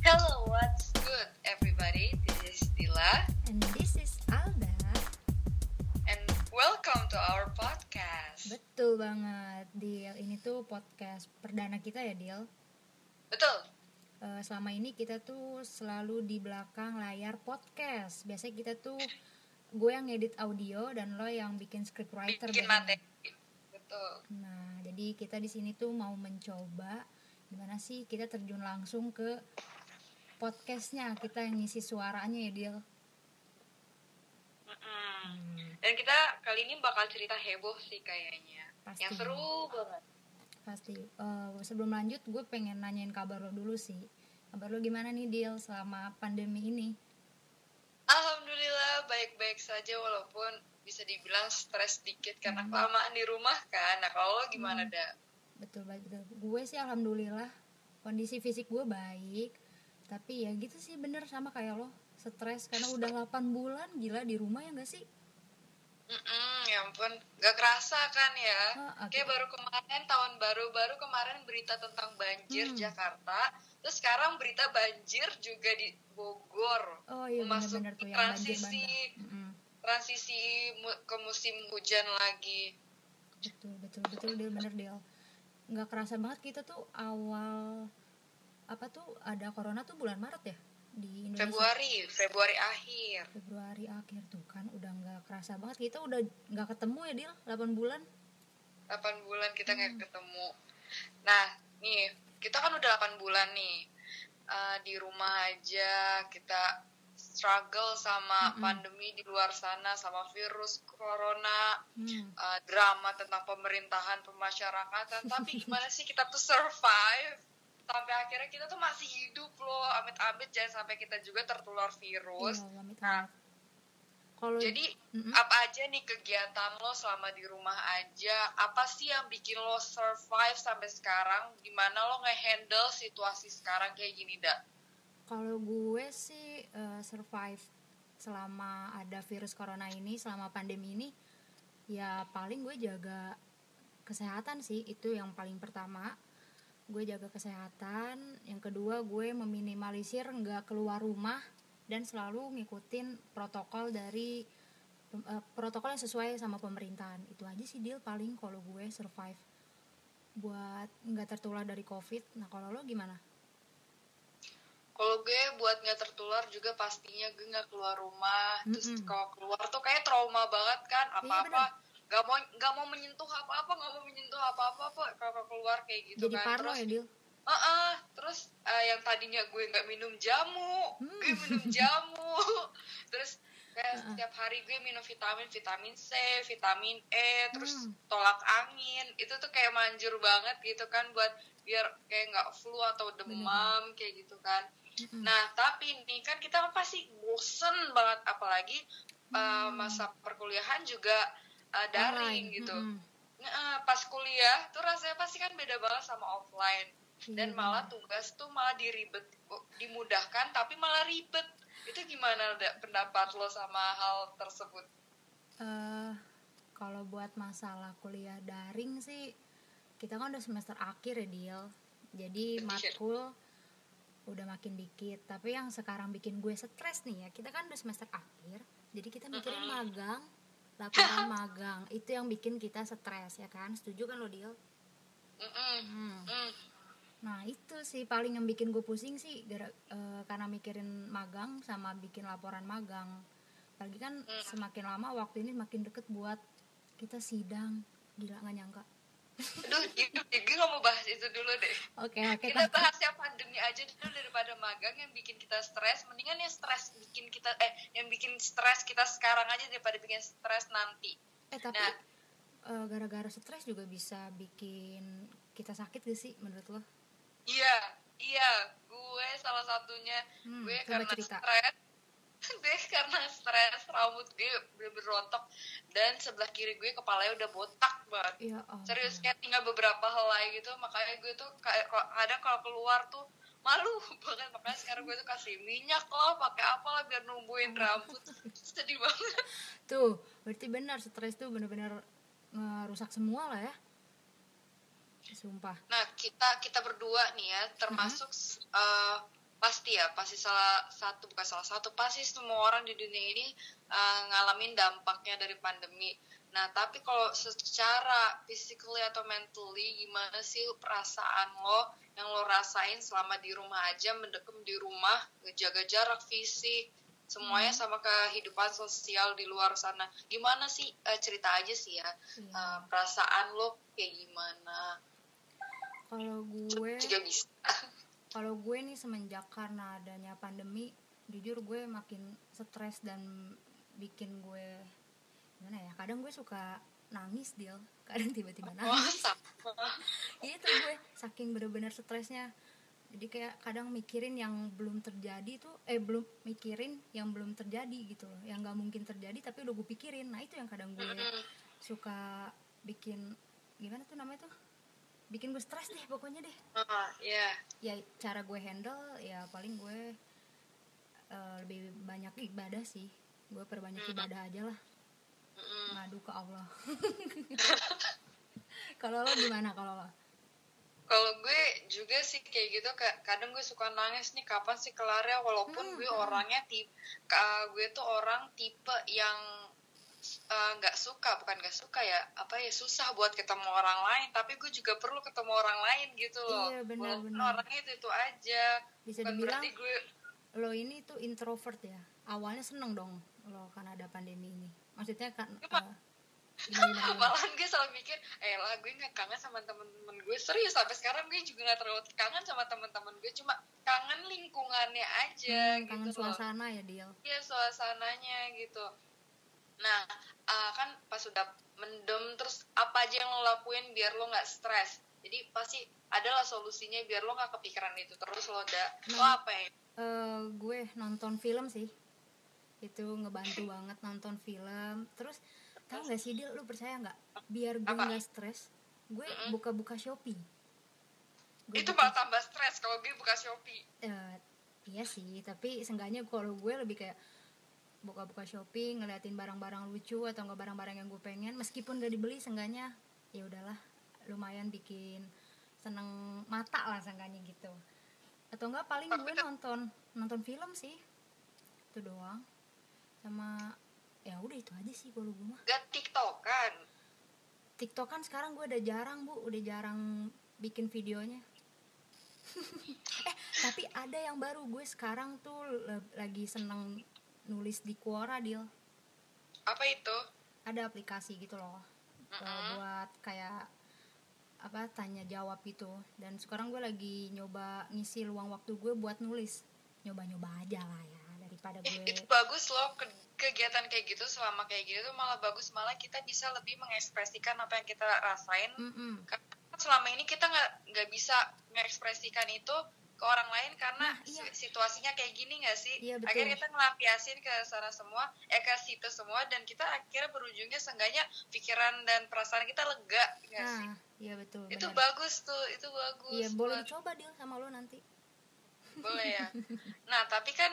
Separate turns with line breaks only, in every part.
Hello, what's good, everybody? This is Dila,
And this is Alda.
and welcome to our podcast.
Betul banget, Dil. Ini tuh podcast perdana kita ya, Dil.
Betul.
Selama ini kita tuh selalu di belakang layar podcast. Biasanya kita tuh gue yang ngedit audio dan lo yang bikin scriptwriter.
Bikin materi. Betul.
Nah, jadi kita di sini tuh mau mencoba gimana sih kita terjun langsung ke podcastnya, kita yang ngisi suaranya ya, Dil.
Dan kita kali ini bakal cerita heboh sih kayaknya.
Pasti.
Yang seru banget.
Pasti. Sebelum lanjut, gue pengen nanyain kabar lo dulu sih. Kabar lo gimana nih, Dil, selama pandemi ini?
Alhamdulillah baik-baik saja, walaupun bisa dibilang stres dikit karena kelamaan di rumah kan. Nah, kalau lo gimana, Da?
Betul. Gue sih alhamdulillah kondisi fisik gue baik. Tapi ya gitu sih, bener sama kayak lo, stres karena udah 8 bulan gila di rumah, ya gak sih?
Ya ampun, gak kerasa kan ya.
Okay.
Kayak baru kemarin, tahun baru kemarin berita tentang banjir Jakarta. Terus sekarang berita banjir juga di Bogor.
Oh iya, bener-bener tuh yang banjir bandang.
Transisi ke musim hujan lagi.
Betul Del, bener Del. Gak kerasa banget kita tuh awal ada corona tuh bulan Maret ya di Indonesia.
Februari akhir.
Februari akhir tuh kan udah gak kerasa banget, kita udah gak ketemu ya Del, 8 bulan.
8 bulan kita gak ketemu. Nah nih, kita kan udah 8 bulan nih di rumah aja, kita struggle sama pandemi di luar sana, sama virus corona, drama tentang pemerintahan, pemasyarakatan. Tapi gimana sih kita tuh survive sampai akhirnya kita tuh masih hidup loh. Amit-amit jangan sampai kita juga tertular virus.
Nah,
jadi apa aja nih kegiatan lo selama di rumah aja? Apa sih yang bikin lo survive sampai sekarang? Gimana lo nge-handle situasi sekarang kayak gini, Da?
Kalau gue sih survive selama ada virus corona ini, selama pandemi ini, ya paling gue jaga kesehatan sih, itu yang paling pertama. Gue jaga kesehatan. Yang kedua, gue meminimalisir nggak keluar rumah dan selalu ngikutin protokol yang sesuai sama pemerintahan. Itu aja sih Dil, paling kalau gue survive buat nggak tertular dari COVID. Nah, kalau lo gimana?
Kalau gue buat nggak tertular juga pastinya gue nggak keluar rumah. Terus kalau keluar tuh kayak trauma banget kan, apa-apa nggak mau menyentuh apa-apa kalau keluar kayak gitu.
Jadi
kan.
Terus ya, Dil?
Terus yang tadinya gue nggak minum jamu, gue minum jamu. Terus kayak setiap hari gue minum vitamin C, vitamin E, terus tolak angin. Itu tuh kayak manjur banget gitu kan, buat biar kayak nggak flu atau demam kayak gitu kan. Nah tapi nih kan kita pasti bosen banget, apalagi masa perkuliahan juga daring gitu. Pas kuliah tuh rasanya pasti kan beda banget sama offline. Dan malah tugas tuh malah dimudahkan tapi malah ribet. Itu gimana pendapat lo sama hal tersebut?
Kalau buat masalah kuliah daring sih, kita kan udah semester akhir ya Dil. Jadi matkul udah makin dikit. Tapi yang sekarang bikin gue stres nih ya, kita kan udah semester akhir, jadi kita mikirin magang, laporan magang. Itu yang bikin kita stres ya kan? Setuju kan lo Dil? Nah itu sih paling yang bikin gue pusing sih, karena mikirin magang sama bikin laporan magang. Apalagi kan semakin lama waktu ini makin deket buat kita sidang. Gila, gak nyangka.
Aduh, gue gak mau bahas itu dulu deh.
Oke,
kita bahas yang pandemi aja dulu daripada magang yang bikin kita stres. Mendingan yang bikin stres kita sekarang aja daripada bikin stres nanti.
Tapi gara-gara stres juga bisa bikin kita sakit gak sih menurut lo?
Iya, gue salah satunya. Gue karena stres rambut gue bener-bener rontok, dan sebelah kiri gue kepalanya udah botak banget. Serius, kayak tinggal beberapa helai gitu. Makanya gue tuh kadang kalau keluar tuh malu banget. Makanya sekarang gue tuh kasih minyak lah, pakai apa lah biar numbuhin rambut. Sedih banget.
Tuh, berarti benar stres tuh bener-bener ngerusak semua lah ya. Sumpah.
Nah, kita berdua nih ya, termasuk pasti salah satu, pasti semua orang di dunia ini ngalamin dampaknya dari pandemi. Nah, tapi kalau secara physically atau mentally, gimana sih perasaan lo yang lo rasain selama di rumah aja, mendekam di rumah, ngejaga jarak fisik, semuanya sama kehidupan sosial di luar sana. Gimana sih, cerita aja sih ya, perasaan lo kayak gimana?
Kalau gue
juga bisa.
Kalau gue nih semenjak karena adanya pandemi, jujur gue makin stres dan bikin gue gimana ya? Kadang gue suka nangis kadang tiba-tiba nangis. Itu gue saking bener-bener stresnya. Jadi kayak kadang mikirin yang belum terjadi tuh, belum mikirin yang belum terjadi gitu loh, yang nggak mungkin terjadi tapi udah gue pikirin. Nah itu yang kadang gue suka bikin gimana tuh namanya tuh, bikin gue stres deh pokoknya deh. Ya cara gue handle ya paling gue lebih banyak ibadah sih. Gue perbanyak ibadah aja lah, ngadu ke Allah. Kalau lo gimana kalau lo?
Kalau gue juga sih kayak gitu, kadang gue suka nangis nih, kapan sih kelarnya, walaupun gue orangnya gue tuh orang tipe yang bukan nggak suka ya, susah buat ketemu orang lain, tapi gue juga perlu ketemu orang lain gitu loh.
Iya,
walaupun orangnya itu aja.
Bisa
bukan
dibilang
berarti gue
lo ini tuh introvert ya. Awalnya seneng dong lo karena ada pandemi ini, maksudnya kan
malahan gue selalu mikir lah gue nggak kangen sama temen-temen gue, serius sampai sekarang gue juga nggak terlalu kangen sama temen-temen gue, cuma kangen lingkungannya aja gitu.
Kangen suasana ya Dil.
Iya, suasananya gitu. Nah, kan pas udah mendem, terus apa aja yang lo lakuin biar lo nggak stres? Jadi pasti adalah solusinya biar lo nggak kepikiran itu terus. Lo apa ya?
Gue nonton film sih, itu ngebantu banget nonton film. Terus tahu nggak sih Dil, lo percaya nggak? Biar gue nggak stres, gue buka-buka Shopee.
Itu malah tambah stres kalau gue buka Shopee.
Iya sih, tapi seenggaknya kalau gue lebih kayak buka-buka Shopee, ngeliatin barang-barang lucu atau enggak barang-barang yang gue pengen, meskipun udah dibeli, seenggaknya ya udahlah, lumayan bikin seneng mata lah seenggaknya gitu. Atau enggak paling gue nonton film sih, itu doang. Sama ya udah itu aja sih kalau gue mah.
Gak
TikTokan sekarang gue udah jarang bikin videonya. Tapi ada yang baru, gue sekarang tuh lagi seneng nulis di Quora, Dil.
Apa itu?
Ada aplikasi gitu loh, buat kayak tanya jawab gitu. Dan sekarang gue lagi nyoba ngisi luang waktu gue buat nulis, nyoba aja lah ya, daripada gue.
Itu bagus loh, kegiatan kayak gitu. Selama kayak gitu tuh malah bagus, malah kita bisa lebih mengekspresikan apa yang kita rasain. Karena selama ini kita nggak bisa mengekspresikan itu ke orang lain karena situasinya kayak gini nggak sih?
Iya,
akhirnya kita ngelampiasin ke sana semua, ke situ semua, dan kita akhirnya berujungnya seenggaknya pikiran dan perasaan kita lega, nggak sih?
Iya betul.
Itu
benar.
bagus tuh, itu bagus.
Iya, boleh dicoba Dil sama lo nanti.
Boleh ya. Nah tapi kan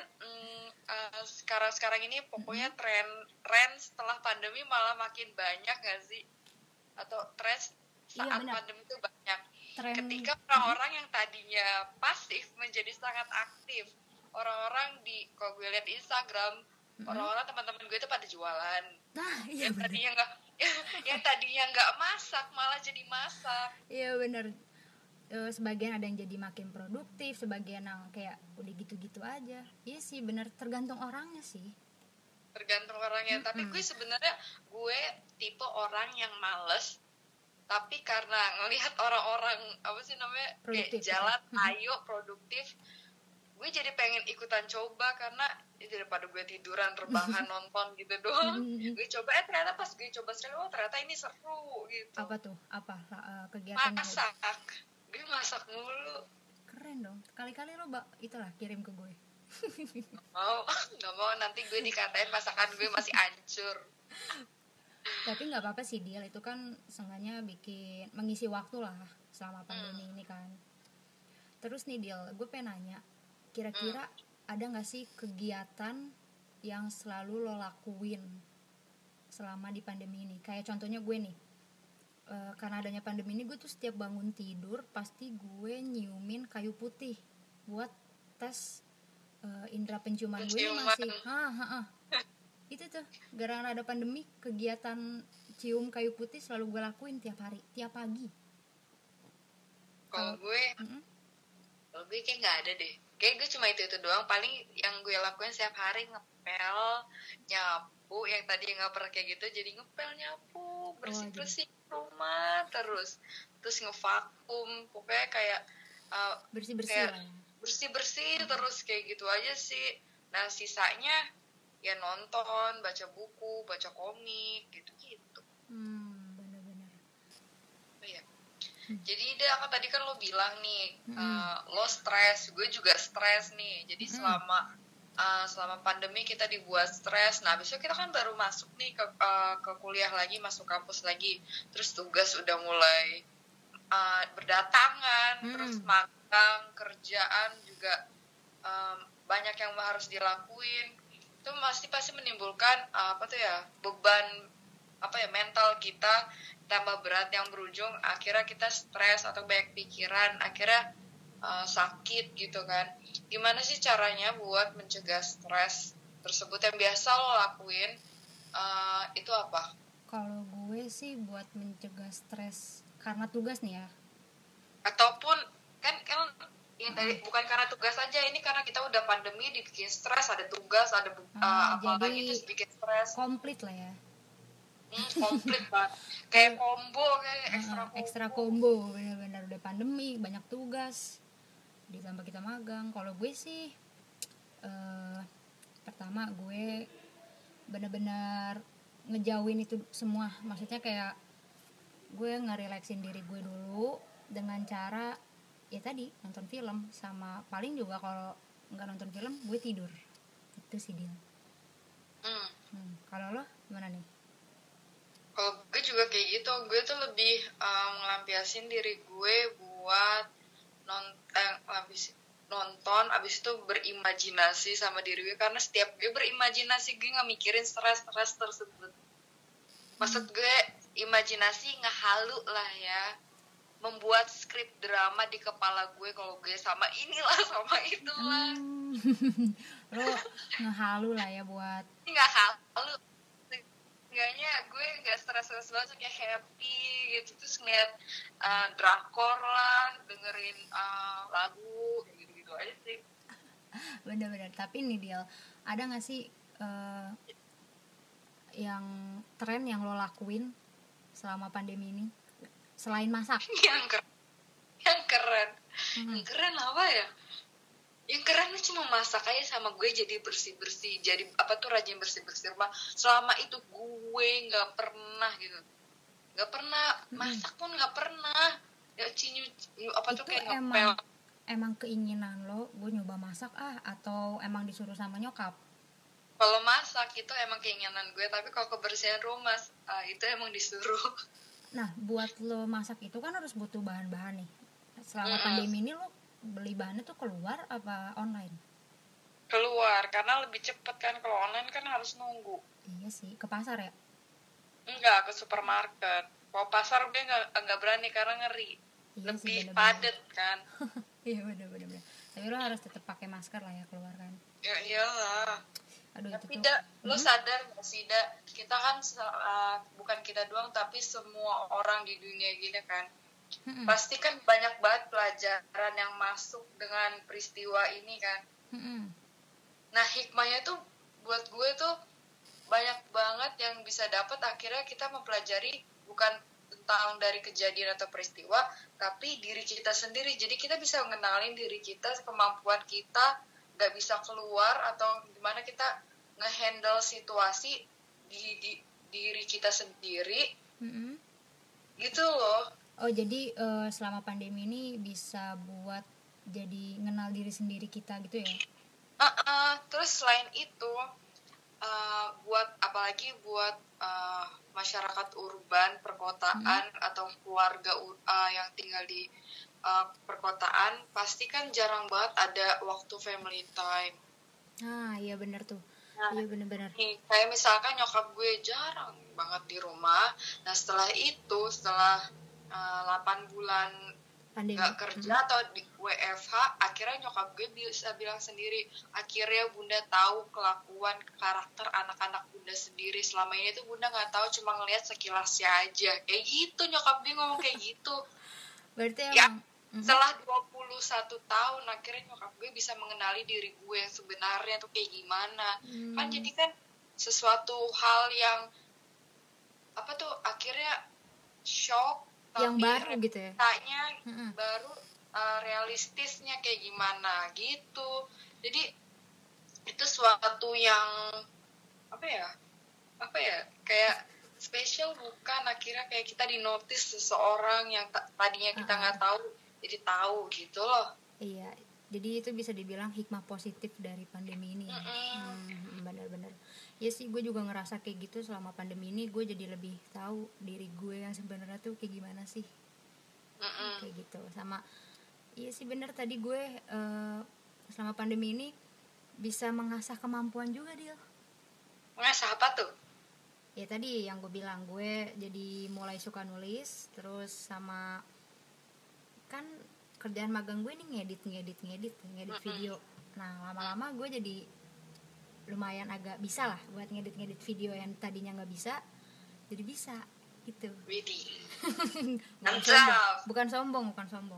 sekarang ini pokoknya tren setelah pandemi malah makin banyak nggak sih? Atau tren saat pandemi itu banyak. Ketika orang-orang yang tadinya pasif menjadi sangat aktif. Orang-orang kalau gue lihat di Instagram, orang-orang teman-teman gue itu pada jualan.
Nah, iya
yang tadinya nggak masak malah jadi masak.
Iya benar. Sebagian ada yang jadi makin produktif, sebagian yang kayak udah gitu-gitu aja. Iya sih benar, tergantung orangnya sih.
Tergantung orangnya. Tapi gue sebenarnya tipe orang yang males. Tapi karena ngelihat orang-orang kayak jalan, ayo produktif, gue jadi pengen ikutan coba, karena daripada gue tiduran rebahan nonton gitu doang. Gue coba ternyata pas gue coba sekali, ternyata ini seru gitu.
Apa tuh? Kegiatan
masak? Gue masak mulu.
Keren dong. Kali-kali lo itulah kirim ke gue.
Nggak mau nanti gue dikatain masakan gue masih hancur.
Tapi nggak apa-apa sih Dil, itu kan seenggaknya mengisi waktu lah selama pandemi ini kan. Terus nih Dil, gue pengen nanya, kira-kira ada nggak sih kegiatan yang selalu lo lakuin selama di pandemi ini? Kayak contohnya gue nih, karena adanya pandemi ini gue tuh setiap bangun tidur pasti gue nyiumin kayu putih buat ngetes indera penciuman gue ini masih itu tuh gara-gara ada pandemi, kegiatan cium kayu putih selalu gue lakuin tiap hari, tiap pagi.
Kalau gue kayak nggak ada deh, kayak gue cuma itu doang. Paling yang gue lakuin setiap hari ngepel, nyapu, yang tadi nggak pernah kayak gitu jadi ngepel, nyapu, bersih rumah, terus ngevakum, pokoknya kayak bersih terus kayak gitu aja sih. Nah sisanya ya nonton, baca buku, baca komik gitu.
Benar-benar.
Oh, ya. Jadi kan tadi kan lo bilang nih lo stres, gue juga stres nih. Jadi selama pandemi kita dibuat stres. Nah besok kita kan baru masuk nih ke kuliah lagi, masuk kampus lagi. Terus tugas udah mulai berdatangan, terus magang, kerjaan juga banyak yang harus dilakuin. Itu pasti menimbulkan beban mental kita tambah berat yang berujung akhirnya kita stres atau banyak pikiran, akhirnya sakit gitu kan. Gimana sih caranya buat mencegah stres tersebut yang biasa lo lakuin? Itu apa?
Kalau gue sih buat mencegah stres karena tugas nih ya,
ataupun kan tadi bukan karena tugas aja, ini karena kita udah pandemi dibikin stres, ada tugas, ada apa lagi terus bikin stres.
Komplit lah ya.
Komplit banget. Kayak combo, kayak
ekstra combo, benar-benar udah pandemi, banyak tugas, ditambah kita magang. Kalau gue sih pertama gue benar-benar ngejauhin itu semua, maksudnya kayak gue ngerelaksin diri gue dulu dengan cara ya tadi nonton film, sama paling juga kalau nggak nonton film gue tidur. Itu sih dia. Kalau lo gimana nih?
Kalau gue juga kayak gitu, gue tuh lebih ngelampiasin diri gue buat nonton, abis itu berimajinasi sama diri gue, karena setiap gue berimajinasi gue nggak mikirin stres tersebut. Maksud gue imajinasi ngehalu lah ya, membuat skrip drama di kepala gue kalau gue sama inilah sama itulah.
Lo ngehalu lah ya buat
nggak halu, enggaknya gue nggak stres banget, kayak happy gitu, terus ngeliat drakor lah, dengerin lagu gitu aja sih.
Bener-bener. Tapi nih Diel, ada nggak sih yang tren yang lo lakuin selama pandemi ini selain masak?
yang keren apa ya? Yang keren cuma masak aja, sama gue jadi bersih, jadi rajin bersih rumah. Selama itu gue nggak pernah masak pun nggak pernah ya, kayak ngepel.
Emang keinginan lo gue nyoba masak atau emang disuruh sama nyokap?
Kalau masak itu emang keinginan gue, tapi kalau kebersihan rumah itu emang disuruh.
Nah buat lo masak itu kan harus butuh bahan-bahan nih. Selama pandemi ini lo beli bahannya tuh keluar apa online?
Keluar, karena lebih cepet kan. Kalau online kan harus nunggu.
Iya sih, ke pasar ya?
Enggak, ke supermarket. Kalau pasar gue nggak berani karena ngeri. Iya lebih sih, padat kan.
Iya bener. Tapi lo harus tetap pakai masker lah ya keluar kan? Ya
iyalah.
Aduh,
tapi lo sadar gak sih kita kan bukan kita doang, tapi semua orang di dunia gini kan, pasti kan banyak banget pelajaran yang masuk dengan peristiwa ini kan. Nah hikmahnya tuh buat gue tuh banyak banget yang bisa dapat. Akhirnya kita mempelajari bukan tentang dari kejadian atau peristiwa, tapi diri kita sendiri. Jadi kita bisa mengenalin diri kita, kemampuan kita, gak bisa keluar atau gimana kita ngehandle situasi di diri kita sendiri. Gitu loh.
Oh jadi selama pandemi ini bisa buat jadi ngenal diri sendiri kita gitu ya?
Terus selain itu apalagi buat masyarakat urban, perkotaan atau keluarga yang tinggal di perkotaan, pasti kan jarang banget ada waktu family time.
Iya benar tuh. Iya benar.
Kayak misalkan nyokap gue jarang banget di rumah. Nah setelah 8 bulan
pandemi
nggak kerja atau di WFH, akhirnya nyokap gue bisa bilang sendiri, akhirnya bunda tahu kelakuan karakter anak-anak bunda sendiri. Selama ini tuh bunda nggak tahu, cuma ngelihat sekilasnya aja. Kayak gitu nyokap gue ngomong kayak gitu.
berarti
Ya,
emang
setelah 21 tahun akhirnya nyokap gue bisa mengenali diri gue yang sebenarnya tuh kayak gimana. Kan jadi kan sesuatu hal yang apa tuh akhirnya shock,
yang
tapi
baru gitu ya.
realitanya baru, realistisnya kayak gimana gitu. Jadi itu suatu yang apa ya kayak spesial, bukan, akhirnya kayak kita dinotis seseorang yang tadinya kita nggak tahu jadi tahu gitu loh.
Iya, jadi itu bisa dibilang hikmah positif dari pandemi ini. Benar-benar. Ya sih, gue juga ngerasa kayak gitu selama pandemi ini. Gue jadi lebih tahu diri gue yang sebenarnya tuh kayak gimana sih. Kayak gitu. Sama, iya sih benar tadi gue selama pandemi ini bisa mengasah kemampuan juga, Dil.
Mengasah apa tuh?
Ya tadi yang gue bilang, gue jadi mulai suka nulis. Terus sama kan kerjaan magang gue nih ngedit video. Nah lama-lama gue jadi lumayan agak bisa lah buat ngedit video yang tadinya nggak bisa jadi bisa gitu.
Widih.
bukan sombong.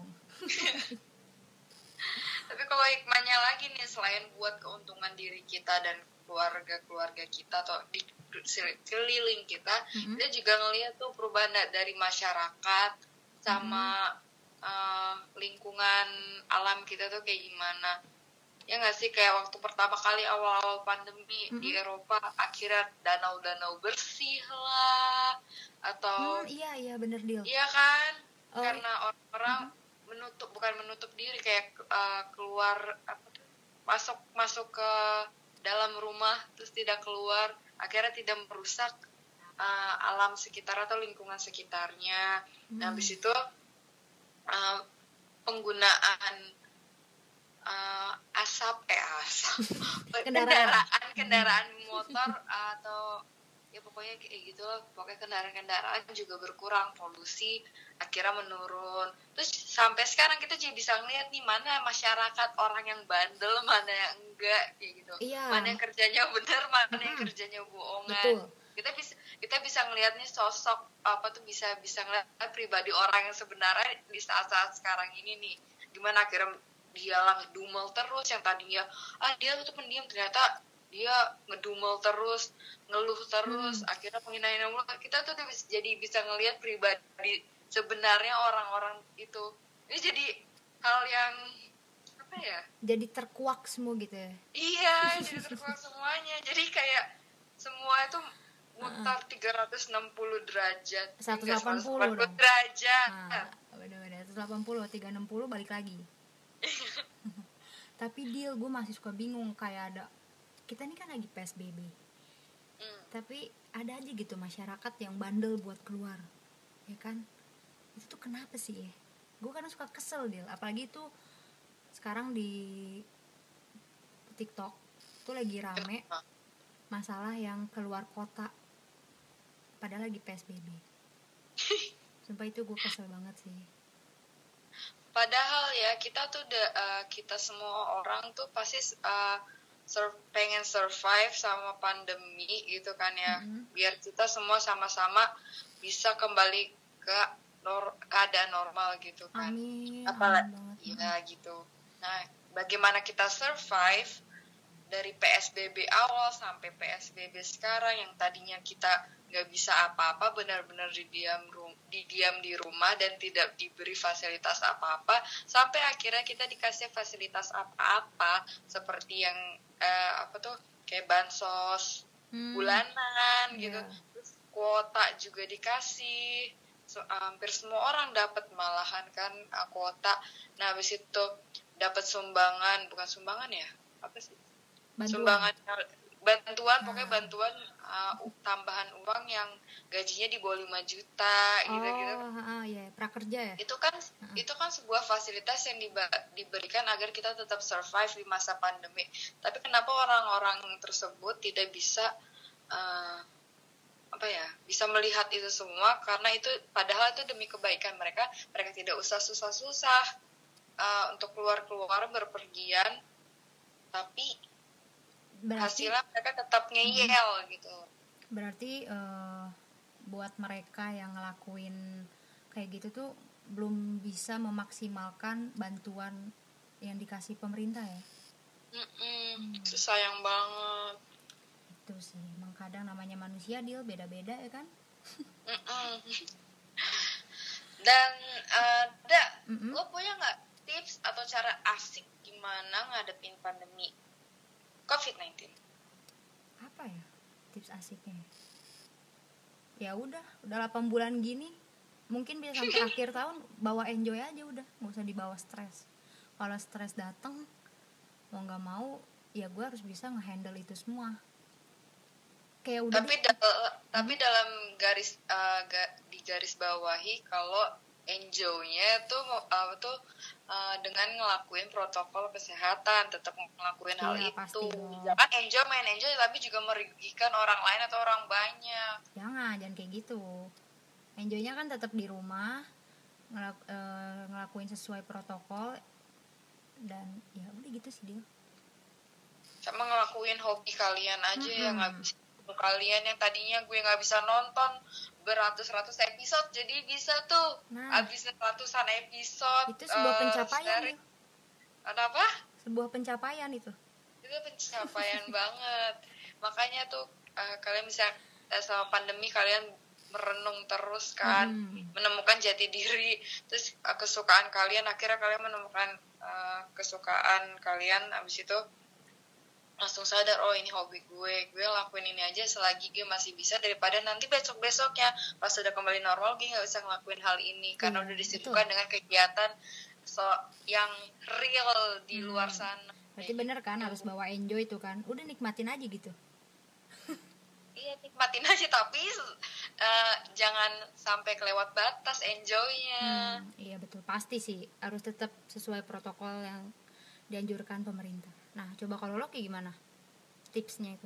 Tapi kalau hikmahnya lagi nih, selain buat keuntungan diri kita dan keluarga kita atau di keliling kita, kita juga ngelihat tuh perubahan dari masyarakat sama lingkungan alam kita tuh kayak gimana. Ya nggak sih, kayak waktu pertama kali awal-awal pandemi di Eropa, akhirnya danau-danau bersih lah, atau
iya bener Dil.
Iya kan, karena orang-orang bukan menutup diri, kayak keluar masuk ke dalam rumah terus tidak keluar, akhirnya tidak merusak alam sekitar atau lingkungan sekitarnya. Nah habis itu penggunaan kendaraan motor atau ya pokoknya kayak gitu loh, pokoknya kendaraan juga berkurang, polusi akhirnya menurun. Terus sampai sekarang kita jadi bisa ngeliat nih mana masyarakat orang yang bandel, mana yang enggak kayak gitu. Mana yang kerjanya benar, mana yang kerjanya bohongan. Betul. Kita bisa ngelihatnya sosok apa tuh, bisa ngeliat pribadi orang yang sebenarnya di saat-saat sekarang ini nih. Gimana akhirnya dia ngedumel terus, yang tadinya dia tuh pendiam, ternyata dia ngedumel terus, ngeluh terus, akhirnya menghina mulu. Kita tuh jadi bisa ngelihat pribadi sebenarnya orang-orang itu. Ini jadi hal yang apa ya?
Jadi terkuak semua gitu ya.
Iya, jadi terkuak semuanya. Jadi kayak semua itu mutar 360 derajat.
180
derajat.
Bener-bener 180, 360 balik lagi. Tapi Dil, gue masih suka bingung, kayak ada, kita ini kan lagi PSBB, tapi ada aja gitu masyarakat yang bandel buat keluar, ya kan? Itu tuh kenapa sih ya? Gue kadang suka kesel Dil, apalagi tuh sekarang di TikTok tuh lagi rame masalah yang keluar kota padahal lagi PSBB. Sumpah itu gue kesel banget sih.
Padahal ya kita tuh kita semua orang tuh pasti pengen survive sama pandemi gitu kan ya, biar kita semua sama-sama bisa kembali ke keadaan normal gitu kan. Apalagi ya gitu. Nah, bagaimana kita survive dari PSBB awal sampai PSBB sekarang, yang tadinya kita nggak bisa apa-apa, benar-benar didiam di rumah dan tidak diberi fasilitas apa-apa, sampai akhirnya kita dikasih fasilitas apa-apa seperti yang kayak bansos bulanan gitu, terus kuota juga dikasih, hampir semua orang dapat malahan kan kuota. Nah habis itu dapat bukan sumbangan ya, apa sih, bantuan pokoknya bantuan tambahan uang yang gajinya di bawah 5 juta gitu.
Iya, prakerja ya.
Itu kan sebuah fasilitas yang diberikan agar kita tetap survive di masa pandemi. Tapi kenapa orang-orang tersebut tidak bisa bisa melihat itu semua, karena itu padahal itu demi kebaikan mereka tidak usah susah-susah untuk keluar berpergian, tapi hasilnya mereka tetap ngeyel gitu.
Berarti buat mereka yang ngelakuin kayak gitu tuh belum bisa memaksimalkan bantuan yang dikasih pemerintah ya.
Itu sayang banget.
Itu sih, emang kadang namanya manusia Dil, beda-beda ya kan.
Dan lo punya nggak tips atau cara asik gimana ngadepin pandemi COVID-19?
Apa ya tips asiknya? Ya udah 8 bulan gini, mungkin bisa sampai akhir tahun bawa enjoy aja udah, nggak usah dibawa stres. Kalau stres datang, mau nggak mau ya gue harus bisa ngehandle itu semua. Kayak udah.
Tapi dalam di garis bawahi kalau enjoy-nya tuh dengan ngelakuin protokol kesehatan, tetap ngelakuin hal itu. Jangan main enjoy tapi juga merugikan orang lain atau orang banyak.
Jangan kayak gitu. Enjoy-nya kan tetap di rumah, ngelakuin sesuai protokol, dan ya udah gitu sih dia.
Sama ngelakuin hobi kalian aja yang nggak bisa. Kalian yang tadinya gue nggak bisa nonton beratus-ratus episode, jadi bisa tuh habis ratusan episode.
Itu sebuah pencapaian.
Kenapa?
Sebuah pencapaian itu
pencapaian banget. Makanya tuh kalian bisa selama pandemi kalian merenung terus kan, menemukan jati diri, terus kesukaan kalian, akhirnya kalian menemukan kesukaan kalian, abis itu langsung sadar, oh ini hobi gue lakuin ini aja selagi gue masih bisa, daripada nanti besoknya pas udah kembali normal gue nggak bisa ngelakuin hal ini karena udah disibukkan dengan kegiatan yang real di luar sana.
Berarti bener kan, harus bawa enjoy itu kan, udah nikmatin aja gitu.
Iya, nikmatin aja, tapi jangan sampai kelewat batas enjoynya.
Iya betul, pasti sih harus tetap sesuai protokol yang dianjurkan pemerintah. Nah, coba kalau lo kayak gimana tipsnya itu?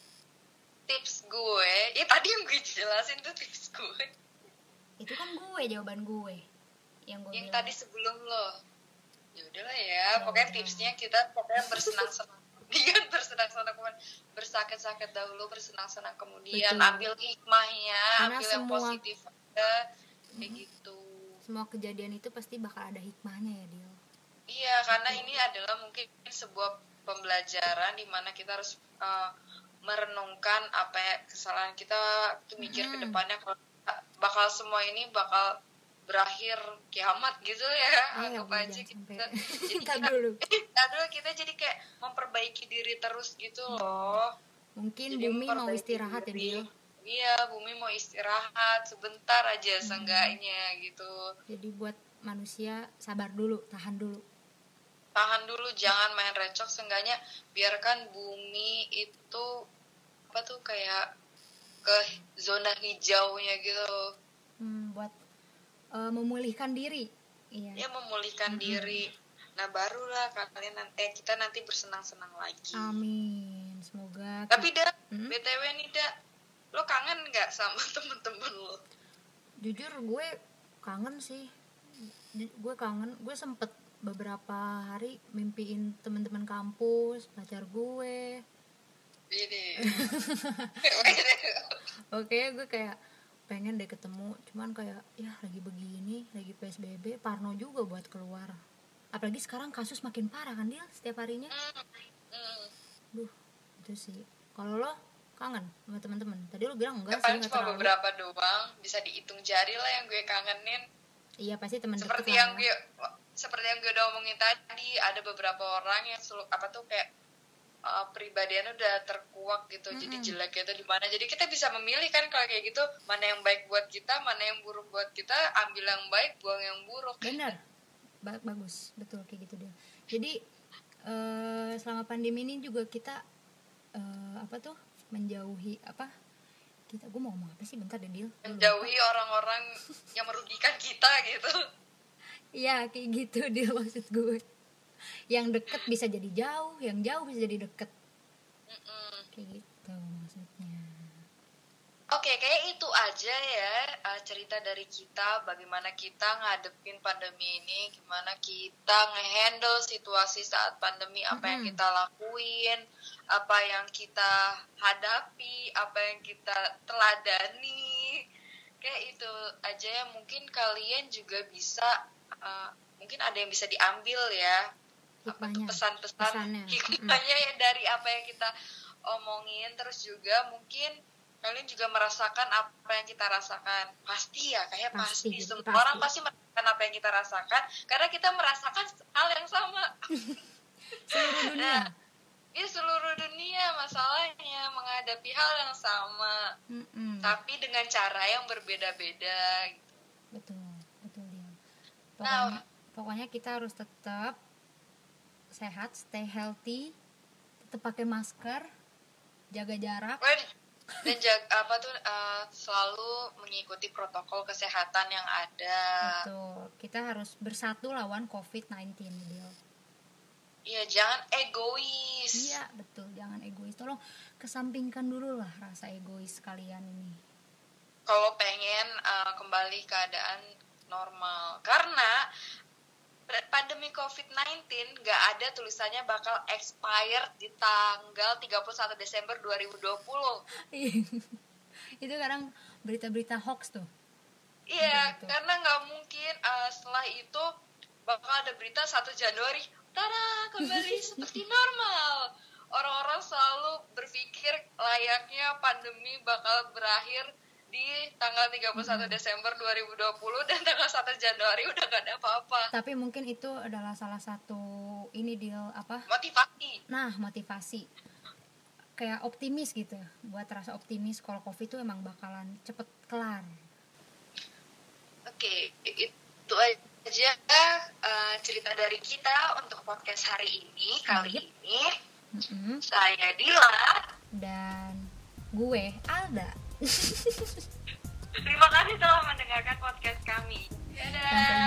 Tips gue, ya tadi yang gue jelasin tuh tips gue.
Itu kan jawaban gue. Yang
tadi sebelum lo. Ya udahlah ya, pokoknya tipsnya kita bersenang-senang. Kemudian bersenang-senang, bersakit-sakit dahulu, bersenang-senang kemudian. Betul. Ambil hikmahnya, karena ambil yang positif aja, kayak gitu.
Semua kejadian itu pasti bakal ada hikmahnya ya, Dil.
Iya, karena ini adalah mungkin sebuah pembelajaran di mana kita harus merenungkan apa ya, kesalahan kita, tuh mikir ke depannya kalau bakal semua ini bakal berakhir kiamat gitu ya, anggap aja kita jadi kita jadi kayak memperbaiki diri terus gitu loh.
Mungkin jadi bumi mau istirahat ya, Dil.
Iya, bumi mau istirahat sebentar aja seenggaknya gitu.
Jadi buat manusia sabar dulu, tahan dulu,
jangan main recok, seenggaknya biarkan bumi itu kayak ke zona hijaunya gitu.
Buat memulihkan diri.
Iya, memulihkan diri. Nah, barulah kita nanti bersenang-senang lagi.
Amin, semoga.
Tapi BTW nih lo kangen nggak sama temen-temen lo?
Jujur gue kangen sih. Gue sempet beberapa hari mimpiin teman-teman kampus, pacar gue.
Ini.
Oke, gue kayak pengen deh ketemu, cuman kayak ya lagi begini, lagi PSBB, parno juga buat keluar. Apalagi sekarang kasus makin parah kan, Dil, setiap harinya. Itu sih. Kalau lo kangen sama teman-teman? Tadi lo bilang enggak sih, enggak terlalu.
Cuma beberapa doang, bisa dihitung jari lah yang gue kangenin.
Iya, pasti teman dekat.
Seperti yang gue udah omongin tadi, ada beberapa orang yang kayak pribadiannya udah terkuak gitu, jadi jelek gitu di mana. Jadi kita bisa memilih kan kalau kayak gitu, mana yang baik buat kita, mana yang buruk buat kita, ambil yang baik, buang yang buruk.
Benar. Bagus, betul kayak gitu dia. Jadi selama pandemi ini juga kita menjauhi gue mau ngomong apa sih, bentar deh, Dil.
Menjauhi orang-orang yang merugikan kita gitu.
Iya, kayak gitu dia maksud gue. Yang deket bisa jadi jauh, yang jauh bisa jadi deket. Kayak gitu maksudnya.
Oke, kayak itu aja ya cerita dari kita, bagaimana kita ngadepin pandemi ini, gimana kita ngehandle situasi saat pandemi, apa yang kita lakuin, apa yang kita hadapi, apa yang kita teladani. Kayak itu aja ya, mungkin kalian juga bisa, mungkin ada yang bisa diambil ya, apa tuh pesan-pesan hikmahnya ya dari apa yang kita omongin. Terus juga mungkin kalian juga merasakan apa yang kita rasakan. Pasti ya, kayak pasti. Semua orang pasti merasakan apa yang kita rasakan, karena kita merasakan hal yang sama.
Seluruh dunia.
Ya, seluruh dunia masalahnya menghadapi hal yang sama, tapi dengan cara yang berbeda-beda. Gitu.
Betul dia. Pokoknya kita harus tetap sehat, stay healthy, tetap pakai masker, jaga jarak.
Dan selalu mengikuti protokol kesehatan yang ada.
Betul. Kita harus bersatu lawan COVID-19, Del.
Iya, jangan egois.
Iya, betul, jangan egois. Tolong kesampingkan dulu lah rasa egois kalian ini.
Kalau pengen kembali keadaan normal. Karena pandemi COVID-19 gak ada tulisannya bakal expired di tanggal 31 Desember 2020.
Itu kadang berita-berita hoax tuh.
Iya, karena gak mungkin setelah itu bakal ada berita 1 Januari, tada, kembali seperti normal. Orang-orang selalu berpikir layaknya pandemi bakal berakhir di tanggal 31 Desember 2020 dan tanggal 1 Januari udah gak ada apa-apa.
Tapi mungkin itu adalah salah satu
motivasi.
Nah, motivasi. Kayak optimis gitu. Buat rasa optimis kalau Covid itu emang bakalan cepet kelar.
Oke, itu aja cerita dari kita untuk podcast hari ini. Kali ini saya Dila
dan gue Alda.
Terima kasih telah mendengarkan podcast kami. Dadah.